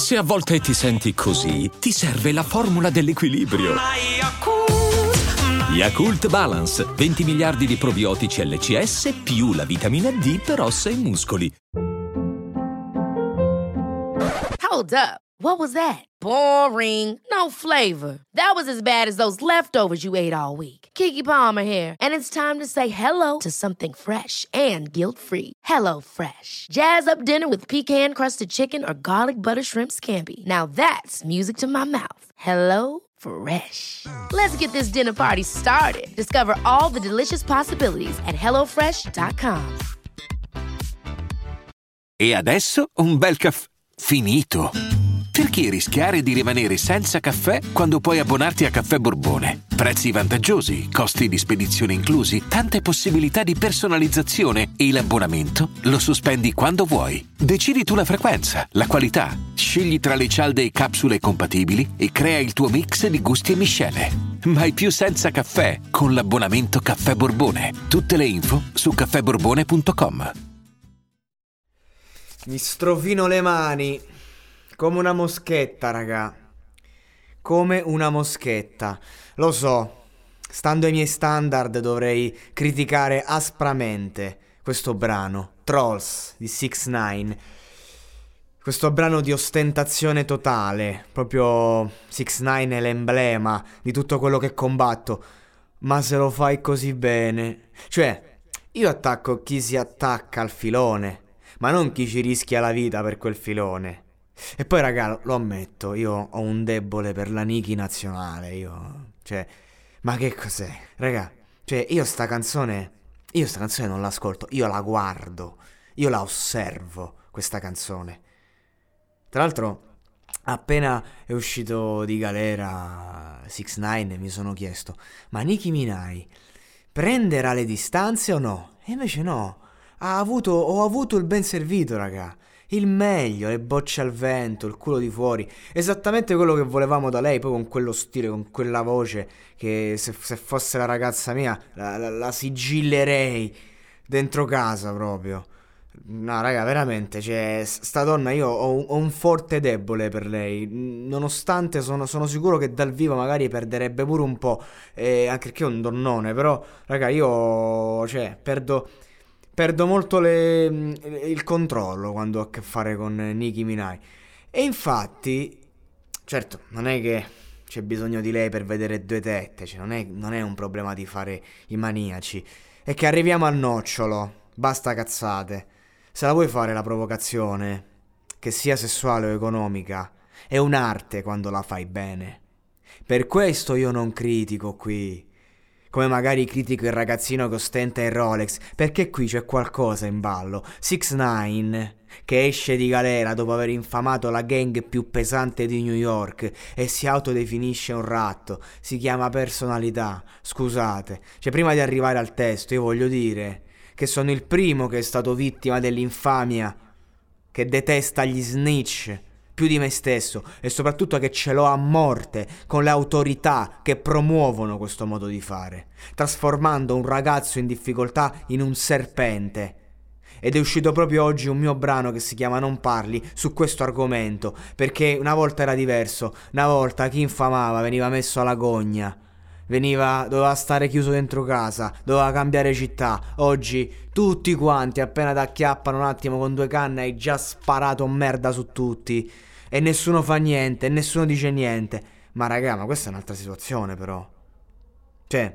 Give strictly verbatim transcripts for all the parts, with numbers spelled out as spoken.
Se a volte ti senti così, ti serve la formula dell'equilibrio. Yakult Balance, venti miliardi di probiotici L C S più la vitamina D per ossa e muscoli. Hold up. What was that? Boring. No flavor. That was as bad as those leftovers you ate all week. Keke Palmer here, and it's time to say hello to something fresh and guilt-free. Hello Fresh. Jazz up dinner with pecan-crusted chicken or garlic butter shrimp scampi. Now that's music to my mouth. Hello Fresh. Let's get this dinner party started. Discover all the delicious possibilities at hello fresh dot com. E adesso un bel caffè finito. Perché rischiare di rimanere senza caffè quando puoi abbonarti a Caffè Borbone? Prezzi vantaggiosi, costi di spedizione inclusi, tante possibilità di personalizzazione e l'abbonamento lo sospendi quando vuoi. Decidi tu la frequenza, la qualità, scegli tra le cialde e capsule compatibili e crea il tuo mix di gusti e miscele. Mai più senza caffè con l'abbonamento Caffè Borbone. Tutte le info su caffè borbone punto com. Mi strofino le mani come una moschetta, raga. Come una moschetta. Lo so, stando ai miei standard dovrei criticare aspramente questo brano, Trolls di six nine. Questo brano di ostentazione totale. Proprio six nine è l'emblema di tutto quello che combatto. Ma se lo fai così bene. Cioè, io attacco chi si attacca al filone, ma non chi ci rischia la vita per quel filone. E poi, raga, lo ammetto, io ho un debole per la Nicki nazionale, io... Cioè, ma che cos'è? Raga, cioè, io sta canzone... Io sta canzone non l'ascolto, io la guardo, io la osservo, questa canzone. Tra l'altro, appena è uscito di galera six nine mi sono chiesto, ma Nicki Minaj prenderà le distanze o no? E invece no, ha avuto, ho avuto il ben servito, raga. Il meglio, le bocce al vento, il culo di fuori. Esattamente quello che volevamo da lei, poi con quello stile, con quella voce che se, se fosse la ragazza mia la, la, la sigillerei dentro casa proprio. No, raga, veramente, cioè, sta donna io ho, ho un forte debole per lei. Nonostante sono, sono sicuro che dal vivo magari perderebbe pure un po', eh, anche perché è un donnone. Però, raga, io, cioè, perdo... Perdo molto le, il controllo quando ho a che fare con Nicki Minaj. E infatti, certo, non è che c'è bisogno di lei per vedere due tette, cioè non è, non è un problema di fare i maniaci. È che arriviamo al nocciolo, basta cazzate. Se la vuoi fare la provocazione, che sia sessuale o economica, è un'arte quando la fai bene. Per questo io non critico qui, come magari critico il ragazzino che ostenta il Rolex, perché qui c'è qualcosa in ballo. six nine, che esce di galera dopo aver infamato la gang più pesante di New York e si autodefinisce un ratto, si chiama personalità. Scusate, cioè prima di arrivare al testo io voglio dire che sono il primo che è stato vittima dell'infamia, che detesta gli snitch più di me stesso, e soprattutto che ce l'ho a morte con le autorità che promuovono questo modo di fare, trasformando un ragazzo in difficoltà in un serpente. Ed è uscito proprio oggi un mio brano che si chiama Non parli su questo argomento, perché una volta era diverso. Una volta chi infamava veniva messo alla gogna, veniva, doveva stare chiuso dentro casa, doveva cambiare città. Oggi tutti quanti appena ti acchiappano un attimo con due canne hai già sparato merda su tutti e nessuno fa niente e nessuno dice niente. Ma raga, ma questa è un'altra situazione, però. Cioè,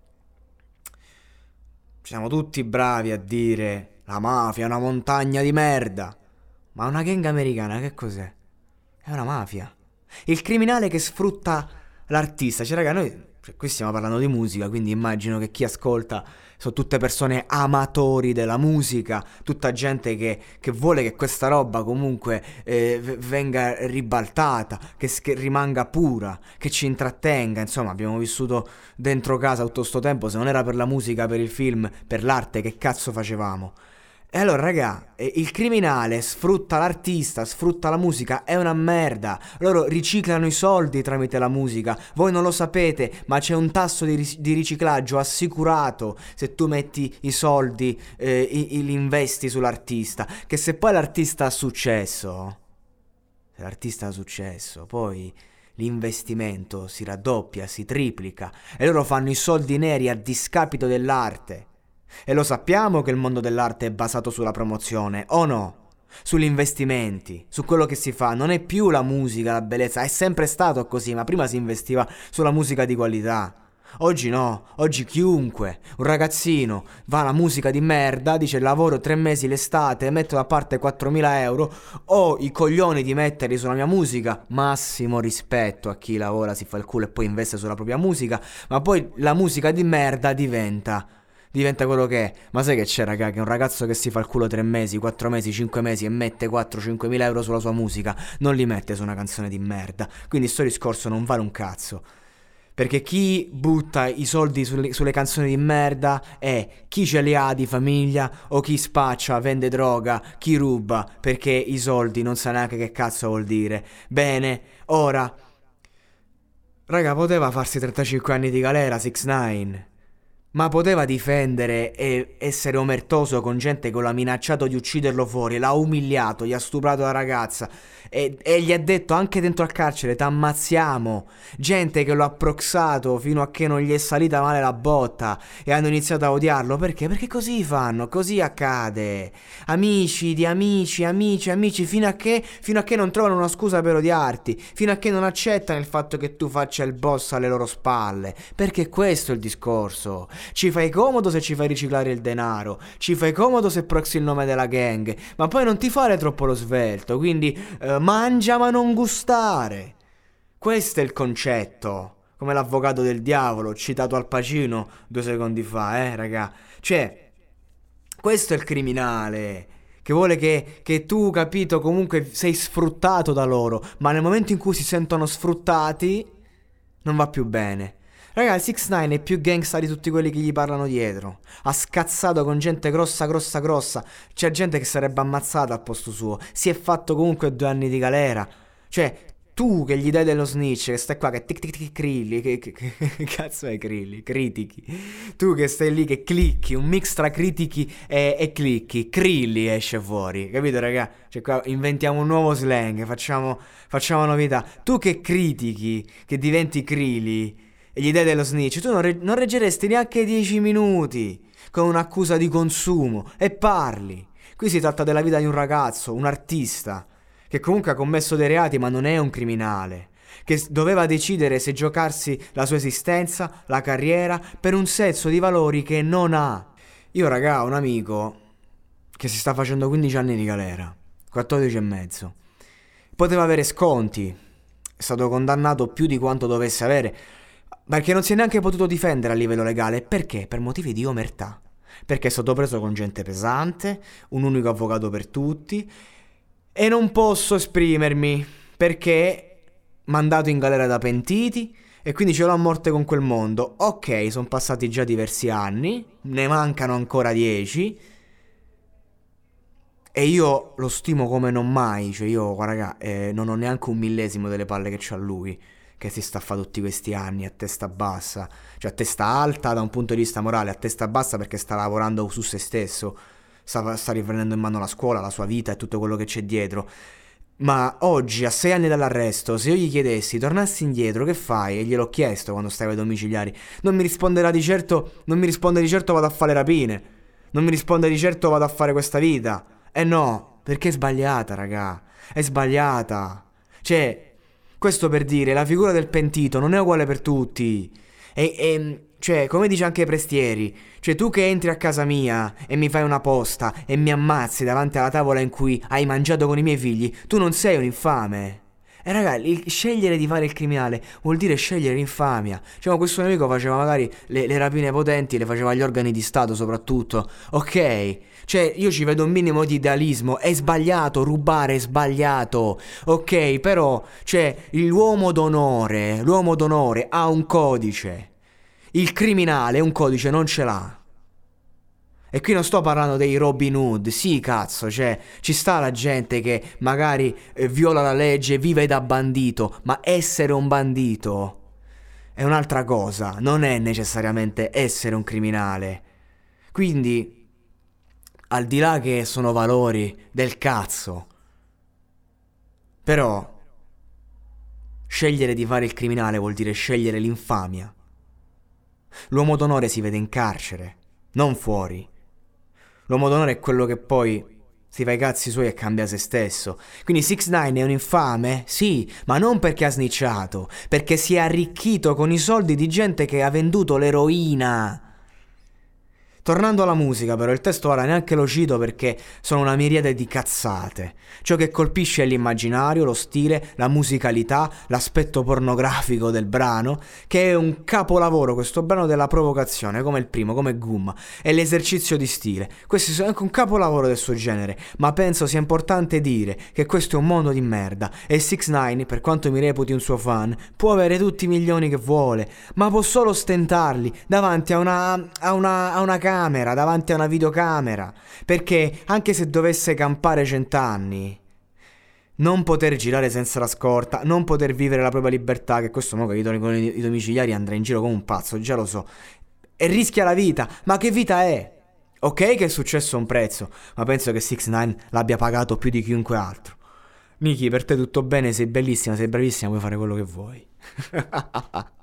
siamo tutti bravi a dire la mafia è una montagna di merda, ma una gang americana che cos'è? È una mafia. Il criminale che sfrutta l'artista. Cioè raga, noi, cioè, qui stiamo parlando di musica, quindi immagino che chi ascolta sono tutte persone amatori della musica, tutta gente che, che vuole che questa roba comunque eh, venga ribaltata, che, che rimanga pura, che ci intrattenga. Insomma, abbiamo vissuto dentro casa tutto sto tempo. Se non era per la musica, per il film, per l'arte, che cazzo facevamo? E allora raga, il criminale sfrutta l'artista, sfrutta la musica, è una merda. Loro riciclano i soldi tramite la musica. Voi non lo sapete, ma c'è un tasso di, ric- di riciclaggio assicurato se tu metti i soldi, eh, i- li investi sull'artista. Che se poi l'artista ha successo, se l'artista ha successo, poi l'investimento si raddoppia, si triplica e loro fanno i soldi neri a discapito dell'arte. E lo sappiamo che il mondo dell'arte è basato sulla promozione, o no? Sugli investimenti, su quello che si fa. Non è più la musica, la bellezza, è sempre stato così, ma prima si investiva sulla musica di qualità. Oggi no, oggi chiunque, un ragazzino, va alla musica di merda, dice lavoro tre mesi l'estate, metto da parte quattromila euro, ho i coglioni di metterli sulla mia musica, massimo rispetto a chi lavora, si fa il culo e poi investe sulla propria musica, ma poi la musica di merda diventa... diventa quello che è. Ma sai che c'è, raga, che un ragazzo che si fa il culo tre mesi, quattro mesi, cinque mesi e mette quattro cinque mila euro sulla sua musica non li mette su una canzone di merda. Quindi sto discorso non vale un cazzo, perché chi butta i soldi sulle, sulle canzoni di merda è chi ce li ha di famiglia o chi spaccia, vende droga, chi ruba, perché i soldi non sa neanche che cazzo vuol dire. Bene, ora, raga, poteva farsi trentacinque anni di galera sei nine, ma poteva difendere e essere omertoso con gente che lo ha minacciato di ucciderlo fuori, l'ha umiliato, gli ha stuprato la ragazza e, e gli ha detto anche dentro al carcere t'ammazziamo. Gente che lo ha proxato fino a che non gli è salita male la botta e hanno iniziato a odiarlo. Perché? Perché così fanno, così accade. Amici di amici, amici, amici, fino a che, fino a che non trovano una scusa per odiarti, fino a che non accettano il fatto che tu faccia il boss alle loro spalle. Perché questo è il discorso. Ci fai comodo se ci fai riciclare il denaro, ci fai comodo se proxy il nome della gang, ma poi non ti fare troppo lo svelto, quindi eh, mangia ma non gustare. Questo è il concetto, come l'avvocato del diavolo citato Al Pacino due secondi fa, eh raga. Cioè, questo è il criminale che vuole che, che tu, capito, comunque sei sfruttato da loro, ma nel momento in cui si sentono sfruttati non va più bene. Ragazzi, sei nine è più gangsta di tutti quelli che gli parlano dietro. Ha scazzato con gente grossa, grossa, grossa. C'è gente che sarebbe ammazzata al posto suo. Si è fatto comunque due anni di galera. Cioè, tu che gli dai dello snitch, che stai qua, che tic tic tic crilli, che, che, che, che cazzo è crilli? Critichi. Tu che stai lì, che clicchi, un mix tra critichi e, e clicchi. Crilli esce fuori, capito, raga? Cioè qua inventiamo un nuovo slang, facciamo, facciamo novità. Tu che critichi, che diventi crilli e gli dai dello snitch, tu non, re- non reggeresti neanche dieci minuti con un'accusa di consumo e parli. Qui si tratta della vita di un ragazzo, un artista, che comunque ha commesso dei reati ma non è un criminale, che doveva decidere se giocarsi la sua esistenza, la carriera, per un senso di valori che non ha. Io, raga, ho un amico che si sta facendo quindici anni di galera, quattordici e mezzo. Poteva avere sconti, è stato condannato più di quanto dovesse avere, perché non si è neanche potuto difendere a livello legale. Perché? Per motivi di omertà. Perché è stato preso con gente pesante, un unico avvocato per tutti, e non posso esprimermi perché mandato in galera da pentiti e quindi ce l'ho a morte con quel mondo. Ok, sono passati già diversi anni, ne mancano ancora dieci e io lo stimo come non mai. Cioè io, raga, eh, non ho neanche un millesimo delle palle che c'ha lui, che si sta a fare tutti questi anni a testa bassa, cioè a testa alta da un punto di vista morale, a testa bassa perché sta lavorando su se stesso, sta, sta riprendendo in mano la scuola, la sua vita e tutto quello che c'è dietro. Ma oggi, a sei anni dall'arresto, se io gli chiedessi tornassi indietro, che fai? E gliel'ho chiesto quando stavo ai domiciliari, non mi risponderà di certo, non mi risponde di certo vado a fare le rapine, non mi risponde di certo vado a fare questa vita. Eh no, perché è sbagliata, raga, è sbagliata. Cioè, questo per dire, la figura del pentito non è uguale per tutti. E, e cioè, come dice anche Prestieri, cioè tu che entri a casa mia e mi fai una posta e mi ammazzi davanti alla tavola in cui hai mangiato con i miei figli, tu non sei un infame. E raga, il, scegliere di fare il criminale vuol dire scegliere l'infamia. Cioè, questo mio amico faceva magari le, le rapine potenti, le faceva agli organi di Stato soprattutto. Ok, cioè io ci vedo un minimo di idealismo. È sbagliato, rubare è sbagliato. Ok, però, cioè, l'uomo d'onore, l'uomo d'onore ha un codice. Il criminale un codice non ce l'ha. E qui non sto parlando dei Robin Hood, sì cazzo, cioè ci sta la gente che magari eh, viola la legge, vive da bandito, ma essere un bandito è un'altra cosa, non è necessariamente essere un criminale. Quindi, al di là che sono valori del cazzo, Però scegliere di fare il criminale vuol dire scegliere l'infamia. L'uomo d'onore si vede in carcere, non fuori. L'uomo d'onore è quello che poi si fa i cazzi suoi e cambia se stesso. Quindi sei nine è un infame? Sì, ma non perché ha snitchato, perché si è arricchito con i soldi di gente che ha venduto l'eroina. Tornando alla musica, però, il testo ora neanche lo cito perché sono una miriade di cazzate. Ciò che colpisce è l'immaginario, lo stile, la musicalità, l'aspetto pornografico del brano, che è un capolavoro, questo brano della provocazione, come il primo, come Gumma, è l'esercizio di stile. Questo è anche un capolavoro del suo genere, ma penso sia importante dire che questo è un mondo di merda e sei nine, per quanto mi reputi un suo fan, può avere tutti i milioni che vuole, ma può solo stentarli davanti a una, a una, a una camera, davanti a una videocamera, perché anche se dovesse campare cent'anni, non poter girare senza la scorta, non poter vivere la propria libertà, che questo mo' che con i domiciliari andrà in giro come un pazzo, già lo so, e rischia la vita. Ma che vita è? Ok che è successo a un prezzo, ma penso che sei nine l'abbia pagato più di chiunque altro. Niki, per te tutto bene, sei bellissima, sei bravissima, puoi fare quello che vuoi.